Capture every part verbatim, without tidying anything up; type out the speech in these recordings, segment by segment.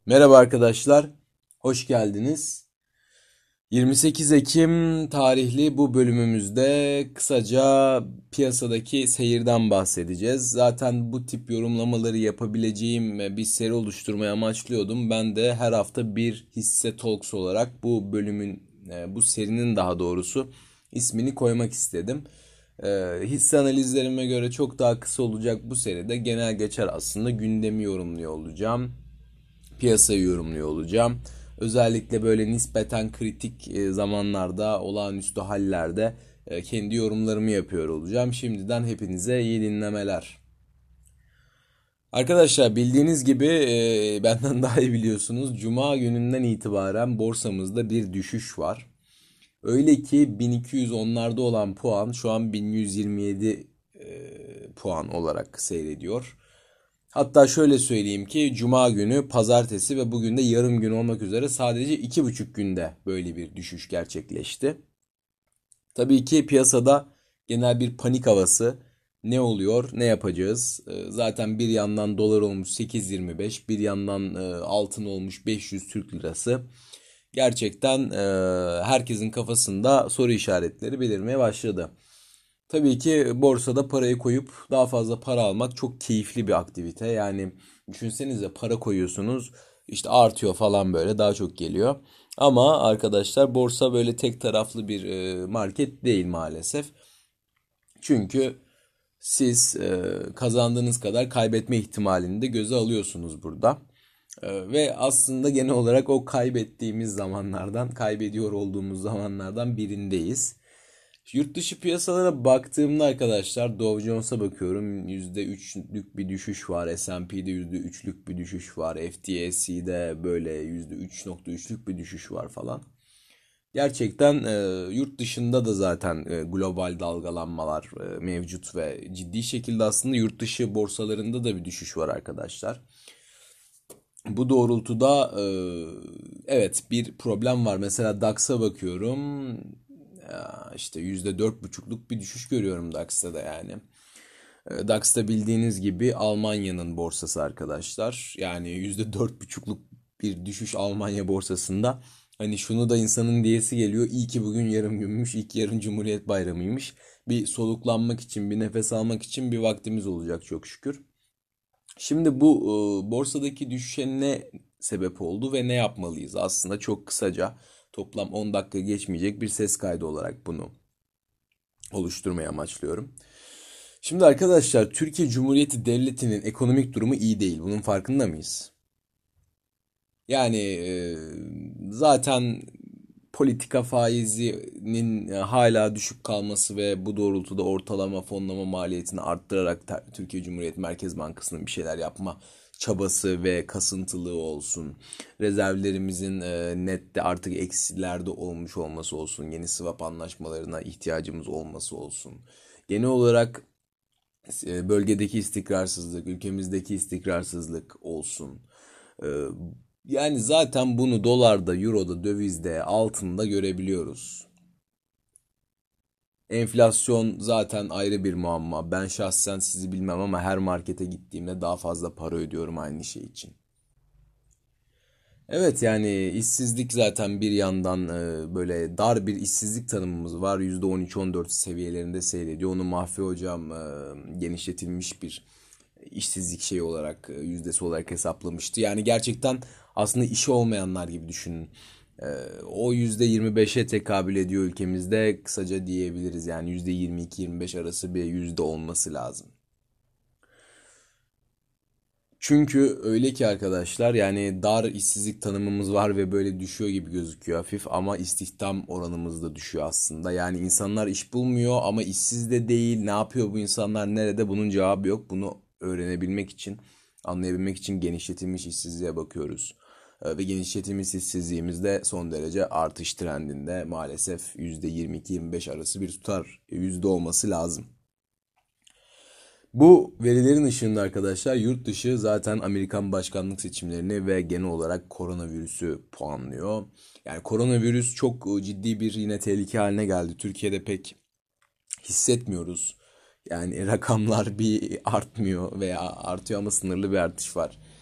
Merhaba arkadaşlar, hoş geldiniz. yirmi sekiz Ekim tarihli bu bölümümüzde kısaca piyasadaki seyirden bahsedeceğiz. Zaten bu tip yorumlamaları yapabileceğim bir seri oluşturmaya amaçlıyordum. Ben de her hafta bir hisse talks olarak bu bölümün, e, bu serinin daha doğrusu ismini koymak istedim. E, Hisse analizlerime göre çok daha kısa olacak bu seride genel geçer aslında gündemi yorumluyor olacağım. Piyasayı yorumluyor olacağım. Özellikle böyle nispeten kritik e, zamanlarda, olağanüstü hallerde e, kendi yorumlarımı yapıyor olacağım. Şimdiden hepinize iyi dinlemeler. Arkadaşlar bildiğiniz gibi e, benden daha iyi biliyorsunuz. Cuma gününden itibaren borsamızda bir düşüş var. Öyle ki bin iki yüz onlarda olan puan şu an bin yüz yirmi yedi e, puan olarak seyrediyor. Hatta şöyle söyleyeyim ki Cuma günü, Pazartesi ve bugün de yarım gün olmak üzere sadece iki buçuk günde böyle bir düşüş gerçekleşti. Tabii ki piyasada genel bir panik havası. Ne oluyor, ne yapacağız? Ee, Zaten bir yandan dolar olmuş sekiz virgül yirmi beş, bir yandan e, altın olmuş beş yüz Türk lirası. Gerçekten e, herkesin kafasında soru işaretleri belirmeye başladı. Tabii ki borsada parayı koyup daha fazla para almak çok keyifli bir aktivite. Yani düşünsenize para koyuyorsunuz işte artıyor falan böyle daha çok geliyor. Ama arkadaşlar borsa böyle tek taraflı bir e, market değil maalesef. Çünkü siz e, kazandığınız kadar kaybetme ihtimalini de göze alıyorsunuz burada. E, ve aslında genel olarak o kaybettiğimiz zamanlardan, kaybediyor olduğumuz zamanlardan birindeyiz. Yurt dışı piyasalara baktığımda arkadaşlar Dow Jones'a bakıyorum. yüzde üçlük bir düşüş var. S and P'de yüzde üçlük bir düşüş var. F T S E'de böyle yüzde üç nokta üçlük bir düşüş var falan. Gerçekten e, yurt dışında da zaten e, global dalgalanmalar e, mevcut ve ciddi şekilde aslında yurt dışı borsalarında da bir düşüş var arkadaşlar. Bu doğrultuda e, evet bir problem var. Mesela DAX'a bakıyorum. Ya işte yüzde dört buçukluk bir düşüş görüyorum DAX'ta da yani. E, DAX'ta bildiğiniz gibi Almanya'nın borsası arkadaşlar. Yani yüzde dört buçukluk bir düşüş Almanya borsasında. Hani şunu da insanın diyesi geliyor. İyi ki bugün yarım günmüş, iyi ki yarın Cumhuriyet Bayramı'ymış. Bir soluklanmak için, bir nefes almak için bir vaktimiz olacak çok şükür. Şimdi bu e, borsadaki düşüşe ne sebep oldu ve ne yapmalıyız? Aslında çok kısaca toplam on dakika geçmeyecek bir ses kaydı olarak bunu oluşturmaya amaçlıyorum. Şimdi arkadaşlar Türkiye Cumhuriyeti Devleti'nin ekonomik durumu iyi değil. Bunun farkında mıyız? Yani e, zaten politika faizinin e, hala düşük kalması ve bu doğrultuda ortalama fonlama maliyetini arttırarak ta- Türkiye Cumhuriyeti Merkez Bankası'nın bir şeyler yapma çabası ve kasıntılığı olsun. Rezervlerimizin e, nette artık eksilerde olmuş olması olsun. Yeni swap anlaşmalarına ihtiyacımız olması olsun. Genel olarak e, bölgedeki istikrarsızlık, ülkemizdeki istikrarsızlık olsun. E, Yani zaten bunu dolarda, euroda, dövizde, altında görebiliyoruz. Enflasyon zaten ayrı bir muamma. Ben şahsen sizi bilmem ama her markete gittiğimde daha fazla para ödüyorum aynı şey için. Evet yani işsizlik zaten bir yandan e, böyle dar bir işsizlik tanımımız var. yüzde on üç on dört seviyelerinde seyrediyor. Onu Mahfi Hocam e, genişletilmiş bir işsizlik şeyi olarak e, yüzdesi olarak hesaplamıştı. Yani gerçekten aslında işi olmayanlar gibi düşünün. E, O yüzde yirmi beşe tekabül ediyor ülkemizde kısaca diyebiliriz. Yani yüzde yirmi iki yirmi beş arası bir yüzde olması lazım. Çünkü öyle ki arkadaşlar yani dar işsizlik tanımımız var ve böyle düşüyor gibi gözüküyor hafif ama istihdam oranımız da düşüyor aslında. Yani insanlar iş bulmuyor ama işsiz de değil. Ne yapıyor bu insanlar nerede? Bunun cevabı yok. Bunu öğrenebilmek için, anlayabilmek için genişletilmiş işsizliğe bakıyoruz. Ee, Ve genişletilmiş işsizliğimiz de son derece artış trendinde maalesef yüzde yirmi iki yirmi beş arası bir tutar yüzde olması lazım. Bu verilerin ışığında arkadaşlar yurt dışı zaten Amerikan başkanlık seçimlerini ve genel olarak koronavirüsü puanlıyor. Yani koronavirüs çok e, ciddi bir yine tehlike haline geldi. Türkiye'de pek hissetmiyoruz. Yani rakamlar bir artmıyor veya artıyor ama sınırlı bir artış var.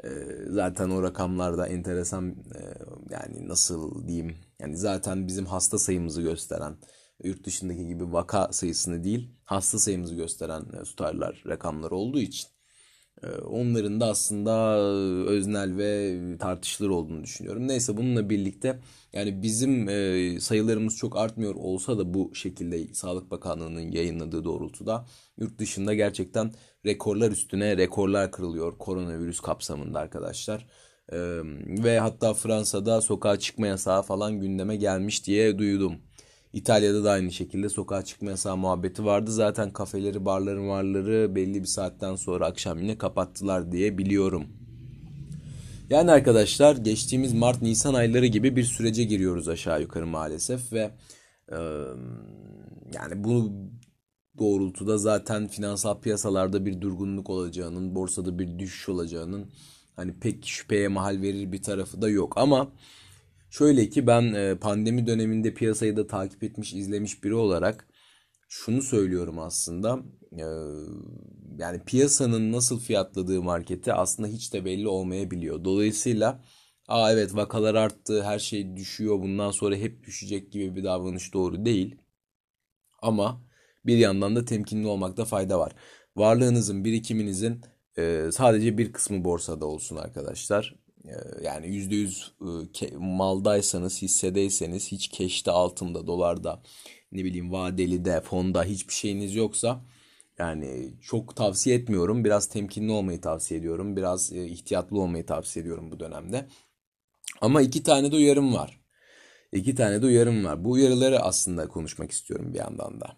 Ee, zaten o rakamlar da enteresan, e, yani nasıl diyeyim, yani zaten bizim hasta sayımızı gösteren, yurt dışındaki gibi vaka sayısını değil hasta sayımızı gösteren e, tutarlar, rakamlar olduğu için e, onların da aslında e, öznel ve tartışılır olduğunu düşünüyorum. Neyse, bununla birlikte yani bizim e, sayılarımız çok artmıyor olsa da bu şekilde Sağlık Bakanlığı'nın yayınladığı doğrultuda yurt dışında gerçekten rekorlar üstüne rekorlar kırılıyor koronavirüs kapsamında arkadaşlar. E, ve hatta Fransa'da sokağa çıkma yasağı falan gündeme gelmiş diye duydum. İtalya'da da aynı şekilde sokağa çıkma yasağı muhabbeti vardı. Zaten kafeleri, barları, varları belli bir saatten sonra akşam yine kapattılar diye biliyorum. Yani arkadaşlar, geçtiğimiz Mart-Nisan ayları gibi bir sürece giriyoruz aşağı yukarı maalesef ve e, yani bu doğrultuda zaten finansal piyasalarda bir durgunluk olacağının, borsada bir düşüş olacağının hani pek şüpheye mahal verir bir tarafı da yok. Ama şöyle ki, ben e, pandemi döneminde piyasayı da takip etmiş, izlemiş biri olarak şunu söylüyorum aslında. E, yani piyasanın nasıl fiyatladığı marketi aslında hiç de belli olmayabiliyor. Dolayısıyla, aa evet, vakalar arttı, her şey düşüyor, bundan sonra hep düşecek gibi bir davranış doğru değil. Ama bir yandan da temkinli olmakta fayda var. Varlığınızın, birikiminizin e, sadece bir kısmı borsada olsun arkadaşlar. E, yani yüzde yüz e, ke- maldaysanız, hissedeyseniz, hiç keşte, altında, dolarda, ne bileyim vadeli fonda hiçbir şeyiniz yoksa yani çok tavsiye etmiyorum. Biraz temkinli olmayı tavsiye ediyorum. Biraz e, ihtiyatlı olmayı tavsiye ediyorum bu dönemde. Ama iki tane de uyarım var. İki tane de uyarım var. Bu uyarıları aslında konuşmak istiyorum bir yandan da.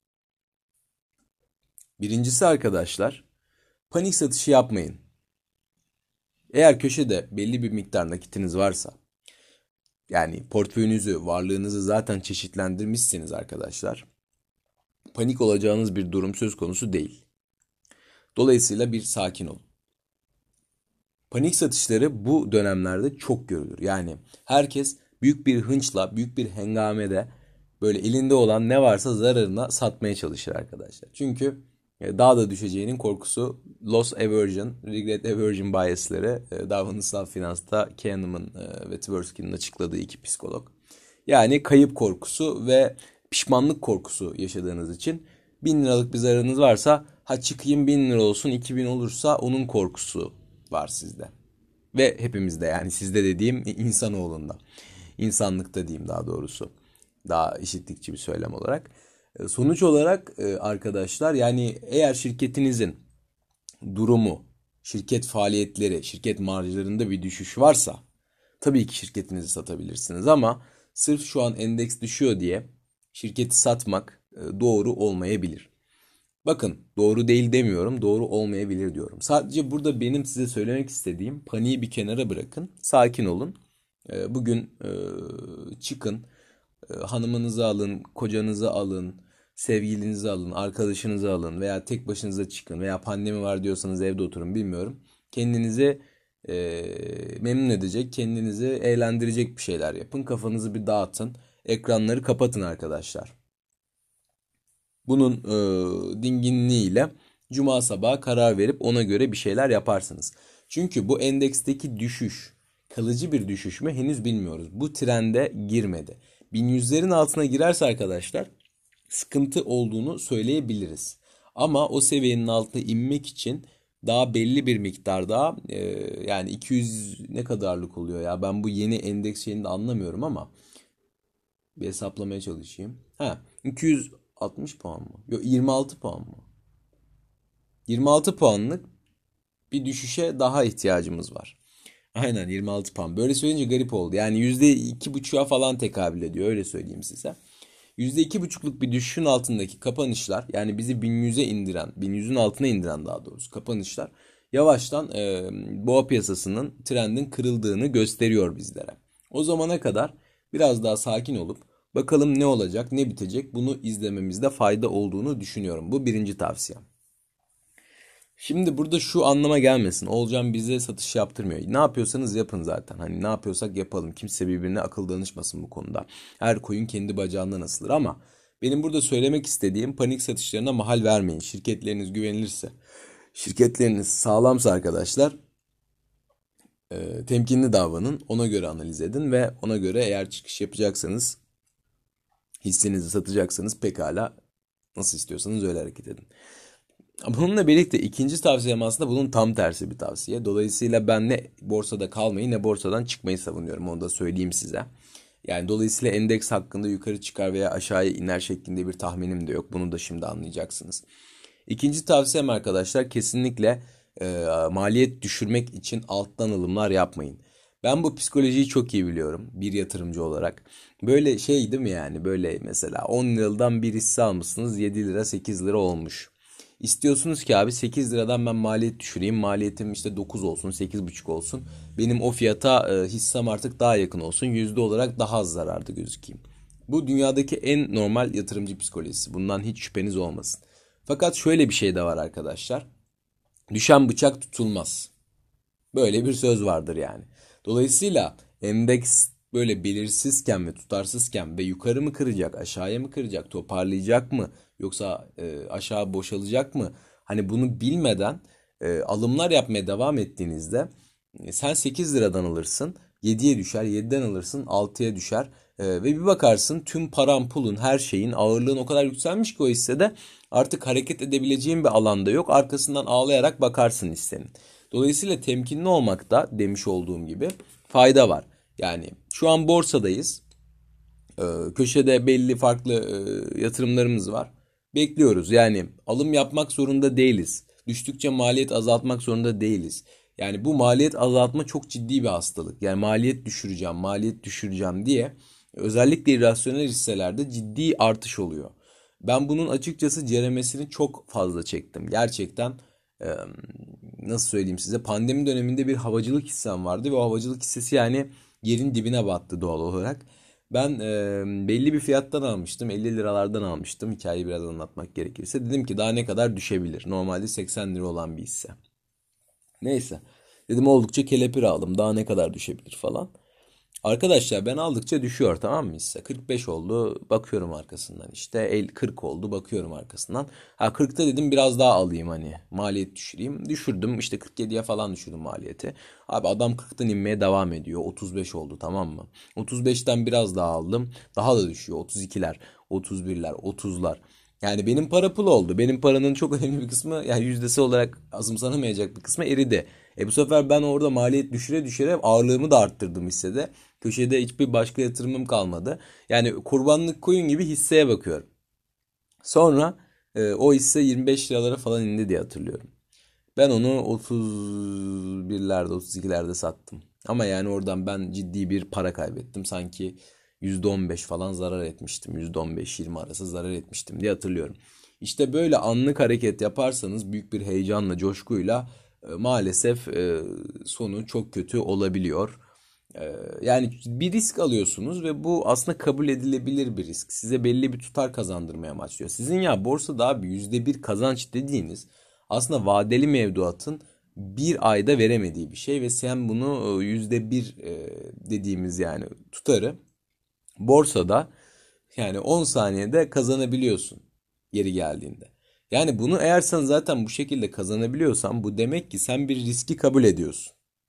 Birincisi arkadaşlar, panik satışı yapmayın. Eğer köşede belli bir miktar nakitiniz varsa, yani portföyünüzü, varlığınızı zaten çeşitlendirmişseniz arkadaşlar, panik olacağınız bir durum söz konusu değil. Dolayısıyla bir sakin olun. Panik satışları bu dönemlerde çok görülür. Yani herkes büyük bir hınçla, büyük bir hengamede böyle elinde olan ne varsa zararına satmaya çalışır arkadaşlar. Çünkü e, daha da düşeceğinin korkusu, loss aversion, regret aversion bias'ları, e, davranışsal finansta Kahneman e, ve Tversky'nin açıkladığı iki psikolog. Yani kayıp korkusu ve pişmanlık korkusu yaşadığınız için bin liralık bir zararınız varsa, ha çıkayım bin lira olsun, iki bin olursa onun korkusu var sizde. Ve hepimizde, yani sizde dediğim insanoğlunda. İnsanlıkta diyeyim daha doğrusu. Daha eşitlikçi bir söylem olarak. E, Sonuç olarak e, arkadaşlar, yani eğer şirketinizin durumu, şirket faaliyetleri, şirket marjlarında bir düşüş varsa tabii ki şirketinizi satabilirsiniz, ama sırf şu an endeks düşüyor diye şirketi satmak e, doğru olmayabilir. Bakın, doğru değil demiyorum, doğru olmayabilir diyorum. Sadece burada benim size söylemek istediğim, paniği bir kenara bırakın, sakin olun. Ee, Bugün e, çıkın, e, hanımınızı alın, kocanızı alın, sevgilinizi alın, arkadaşınızı alın veya tek başınıza çıkın veya pandemi var diyorsanız evde oturun, bilmiyorum. Kendinizi e, memnun edecek, kendinizi eğlendirecek bir şeyler yapın, kafanızı bir dağıtın, ekranları kapatın arkadaşlar. Bunun e, dinginliğiyle cuma sabahı karar verip ona göre bir şeyler yaparsınız. Çünkü bu endeksteki düşüş kalıcı bir düşüş mü henüz bilmiyoruz. Bu trende girmedi. bin yüzlerin altına girerse arkadaşlar sıkıntı olduğunu söyleyebiliriz. Ama o seviyenin altına inmek için daha belli bir miktar daha, e, yani iki yüz ne kadarlık oluyor ya, ben bu yeni endeks şeyini de anlamıyorum ama bir hesaplamaya çalışayım. Ha, iki yüz altmış puan mı? Yok, yirmi altı puan mı? yirmi altı puanlık bir düşüşe daha ihtiyacımız var. Aynen, yirmi altı puan. Böyle söyleyince garip oldu. Yani yüzde iki buçuğa falan tekabül ediyor, öyle söyleyeyim size. Yüzde iki buçukluk bir düşüşün altındaki kapanışlar, yani bizi bin yüze indiren, bin yüzün altına indiren daha doğrusu kapanışlar yavaştan e, boğa piyasasının trendin kırıldığını gösteriyor bizlere. O zamana kadar biraz daha sakin olup bakalım ne olacak, ne bitecek, bunu izlememizde fayda olduğunu düşünüyorum. Bu birinci tavsiyem. Şimdi burada şu anlama gelmesin. Olcan bize satış yaptırmıyor. Ne yapıyorsanız yapın zaten. Hani ne yapıyorsak yapalım. Kimse birbirine akıl danışmasın bu konuda. Her koyun kendi bacağından asılır, ama benim burada söylemek istediğim, panik satışlarına mahal vermeyin. Şirketleriniz güvenilirse, şirketleriniz sağlamsa arkadaşlar, E, temkinli davranın, ona göre analiz edin ve ona göre eğer çıkış yapacaksanız, hissenizi satacaksanız pekala nasıl istiyorsanız öyle hareket edin. Bununla birlikte ikinci tavsiyem aslında bunun tam tersi bir tavsiye. Dolayısıyla ben ne borsada kalmayı ne borsadan çıkmayı savunuyorum. Onu da söyleyeyim size. Yani dolayısıyla endeks hakkında yukarı çıkar veya aşağıya iner şeklinde bir tahminim de yok. Bunu da şimdi anlayacaksınız. İkinci tavsiyem arkadaşlar, kesinlikle e, maliyet düşürmek için alttan alımlar yapmayın. Ben bu psikolojiyi çok iyi biliyorum bir yatırımcı olarak. Böyle şey değil mi yani, böyle mesela on liradan bir hisse almışsınız, yedi lira sekiz lira olmuş. İstiyorsunuz ki abi sekiz liradan ben maliyet düşüreyim. Maliyetim işte dokuz olsun, sekiz buçuk olsun. Benim o fiyata e, hissem artık daha yakın olsun. Yüzde olarak daha az zararda gözükeyim. Bu dünyadaki en normal yatırımcı psikolojisi. Bundan hiç şüpheniz olmasın. Fakat şöyle bir şey de var arkadaşlar. Düşen bıçak tutulmaz. Böyle bir söz vardır yani. Dolayısıyla endeks böyle belirsizken ve tutarsızken ve yukarı mı kıracak, aşağıya mı kıracak, toparlayacak mı, yoksa e, aşağı boşalacak mı? Hani bunu bilmeden e, alımlar yapmaya devam ettiğinizde e, sen sekiz liradan alırsın, yediye düşer, yediden alırsın, altıya düşer. E, ve bir bakarsın tüm paran, pulun, her şeyin, ağırlığın o kadar yükselmiş ki o hissede artık hareket edebileceğin bir alanda yok. Arkasından ağlayarak bakarsın hissenin. Dolayısıyla temkinli olmakta, demiş olduğum gibi, fayda var. Yani şu an borsadayız. Ee, köşede belli farklı e, yatırımlarımız var. Bekliyoruz. Yani alım yapmak zorunda değiliz. Düştükçe maliyet azaltmak zorunda değiliz. Yani bu maliyet azaltma çok ciddi bir hastalık. Yani maliyet düşüreceğim, maliyet düşüreceğim diye özellikle irrasyonel hisselerde ciddi artış oluyor. Ben bunun açıkçası ceremesini çok fazla çektim. Gerçekten e, nasıl söyleyeyim size, pandemi döneminde bir havacılık hissem vardı ve o havacılık hissesi yani yerin dibine battı doğal olarak. Ben e, belli bir fiyattan almıştım. elli liralardan almıştım. Hikayeyi biraz anlatmak gerekirse. Dedim ki daha ne kadar düşebilir? Normalde seksen lira olan bir hisse. Neyse. Dedim oldukça kelepir aldım. Daha ne kadar düşebilir falan. Arkadaşlar ben aldıkça düşüyor, tamam mı hisse? kırk beş oldu, bakıyorum arkasından işte. el kırk oldu, bakıyorum arkasından. Ha kırkta dedim biraz daha alayım, hani maliyet düşüreyim. Düşürdüm işte, kırk yediye falan düşürdüm maliyeti. Abi adam kırktan inmeye devam ediyor. otuz beş oldu, tamam mı? otuz beşten biraz daha aldım. Daha da düşüyor. otuz ikiler, otuz birler, otuzlar. Yani benim para pul oldu. Benim paranın çok önemli bir kısmı, yani yüzdesi olarak azımsanamayacak bir kısmı eridi. E bu sefer ben orada maliyet düşüre düşüre ağırlığımı da arttırdım hissede. Köşede hiçbir başka yatırımım kalmadı. Yani kurbanlık koyun gibi hisseye bakıyorum. Sonra e, o hisse yirmi beş liralara falan indi diye hatırlıyorum. Ben onu otuz birlerde, otuz ikilerde sattım. Ama yani oradan ben ciddi bir para kaybettim. Sanki yüzde on beş falan zarar etmiştim. yüzde on beş yirmi arası zarar etmiştim diye hatırlıyorum. İşte böyle anlık hareket yaparsanız büyük bir heyecanla, coşkuyla e, maalesef e, sonu çok kötü olabiliyor. E, yani bir risk alıyorsunuz ve bu aslında kabul edilebilir bir risk. Size belli bir tutar kazandırmaya amaçlıyor. Sizin ya borsada abi yüzde bir kazanç dediğiniz aslında vadeli mevduatın bir ayda veremediği bir şey ve sen bunu e, yüzde bir e, dediğimiz yani tutarı borsada yani on saniyede kazanabiliyorsun yeri geldiğinde. Yani bunu eğer sen zaten bu şekilde kazanabiliyorsan bu demek ki sen bir riski kabul ediyorsun.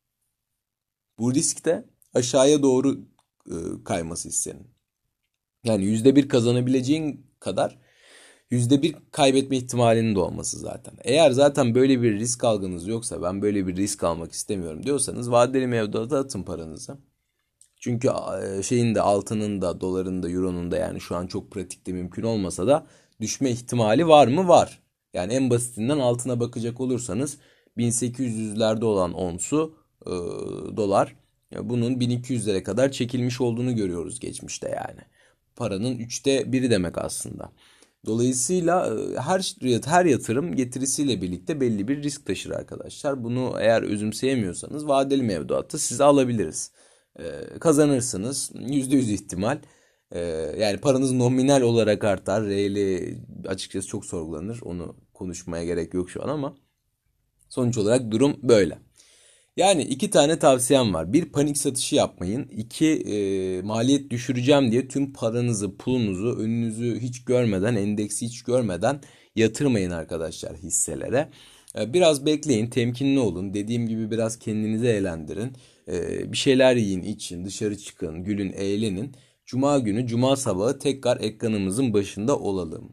Bu risk de aşağıya doğru e, kayması hissenin. Yani yüzde bir kazanabileceğin kadar yüzde bir kaybetme ihtimalinin de olması zaten. Eğer zaten böyle bir risk algınız yoksa, ben böyle bir risk almak istemiyorum diyorsanız vadeli mevduata atın paranızı. Çünkü e, şeyin de, altının da, doların da, euronun da, yani şu an çok pratikte mümkün olmasa da düşme ihtimali var mı? Var. Yani en basitinden altına bakacak olursanız bin sekiz yüzlerde olan onsu e, dolar bunun bin iki yüzlere kadar çekilmiş olduğunu görüyoruz geçmişte yani. Paranın üçte biri demek aslında. Dolayısıyla e, her her yatırım getirisiyle birlikte belli bir risk taşır arkadaşlar. Bunu eğer özümseyemiyorsanız vadeli mevduatta size alabiliriz. Ee, kazanırsınız. Yüzde yüz ihtimal. Ee, yani paranız nominal olarak artar. R'li açıkçası çok sorgulanır. Onu konuşmaya gerek yok şu an ama sonuç olarak durum böyle. Yani iki tane tavsiyem var. Bir, panik satışı yapmayın. İki, e, maliyet düşüreceğim diye tüm paranızı, pulunuzu önünüzü hiç görmeden, endeksi hiç görmeden yatırmayın arkadaşlar hisselere. E, Biraz bekleyin, temkinli olun. Dediğim gibi biraz kendinizi eğlendirin. E, Bir şeyler yiyin, için, dışarı çıkın, gülün, eğlenin. Cuma günü, cuma sabahı tekrar ekranımızın başında olalım.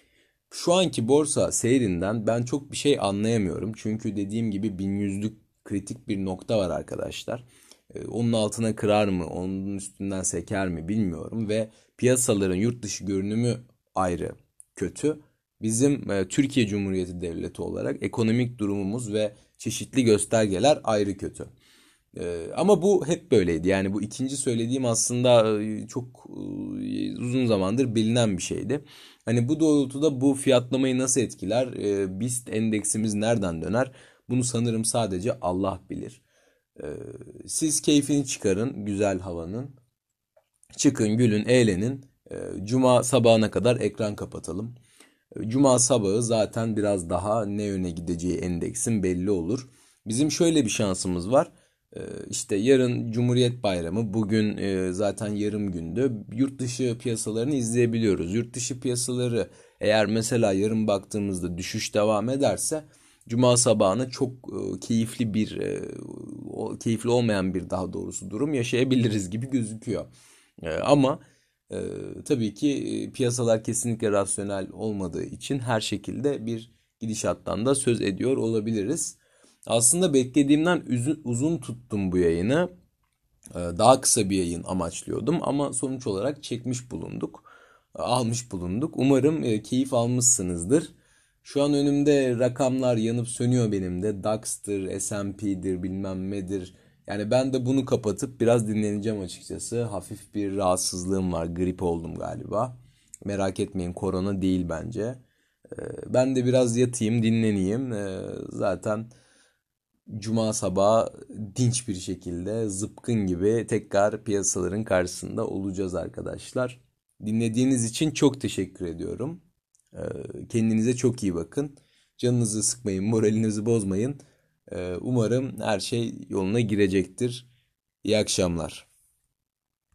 Şu anki borsa seyrinden ben çok bir şey anlayamıyorum. Çünkü dediğim gibi bin yüzlük kritik bir nokta var arkadaşlar. Ee, Onun altına kırar mı, onun üstünden seker mi bilmiyorum. Ve piyasaların yurt dışı görünümü ayrı kötü. Bizim e, Türkiye Cumhuriyeti Devleti olarak ekonomik durumumuz ve çeşitli göstergeler ayrı kötü. Ee, ama bu hep böyleydi. Yani bu ikinci söylediğim aslında e, çok e, uzun zamandır bilinen bir şeydi. Hani bu doğrultuda bu fiyatlamayı nasıl etkiler? Ee, BIST endeksimiz nereden döner? Bunu sanırım sadece Allah bilir. Ee, Siz keyfini çıkarın güzel havanın. Çıkın, gülün, eğlenin. Ee, Cuma sabahına kadar ekran kapatalım. Ee, Cuma sabahı zaten biraz daha ne yöne gideceği endeksin belli olur. Bizim şöyle bir şansımız var. Ee, İşte yarın Cumhuriyet Bayramı, bugün e, zaten yarım gündü. Yurt dışı piyasalarını izleyebiliyoruz. Yurt dışı piyasaları eğer mesela yarın baktığımızda düşüş devam ederse Cuma sabahına çok e, keyifli bir, e, o- keyifli olmayan bir daha doğrusu durum yaşayabiliriz gibi gözüküyor. E, ama e, tabii ki e, piyasalar kesinlikle rasyonel olmadığı için her şekilde bir gidişattan da söz ediyor olabiliriz. Aslında beklediğimden uzun, uzun tuttum bu yayını. Ee, Daha kısa bir yayın amaçlıyordum ama sonuç olarak çekmiş bulunduk. e, Almış bulunduk. Umarım e, keyif almışsınızdır. Şu an önümde rakamlar yanıp sönüyor benim de. DAX'tır, S and P'dir, bilmem nedir. Yani ben de bunu kapatıp biraz dinleneceğim açıkçası. Hafif bir rahatsızlığım var. Grip oldum galiba. Merak etmeyin, korona değil bence. Ee, Ben de biraz yatayım, dinleneyim. Ee, Zaten Cuma sabahı dinç bir şekilde zıpkın gibi tekrar piyasaların karşısında olacağız arkadaşlar. Dinlediğiniz için çok teşekkür ediyorum. Ee, Kendinize çok iyi bakın. Canınızı sıkmayın, moralinizi bozmayın. Ee, Umarım her şey yoluna girecektir. İyi akşamlar.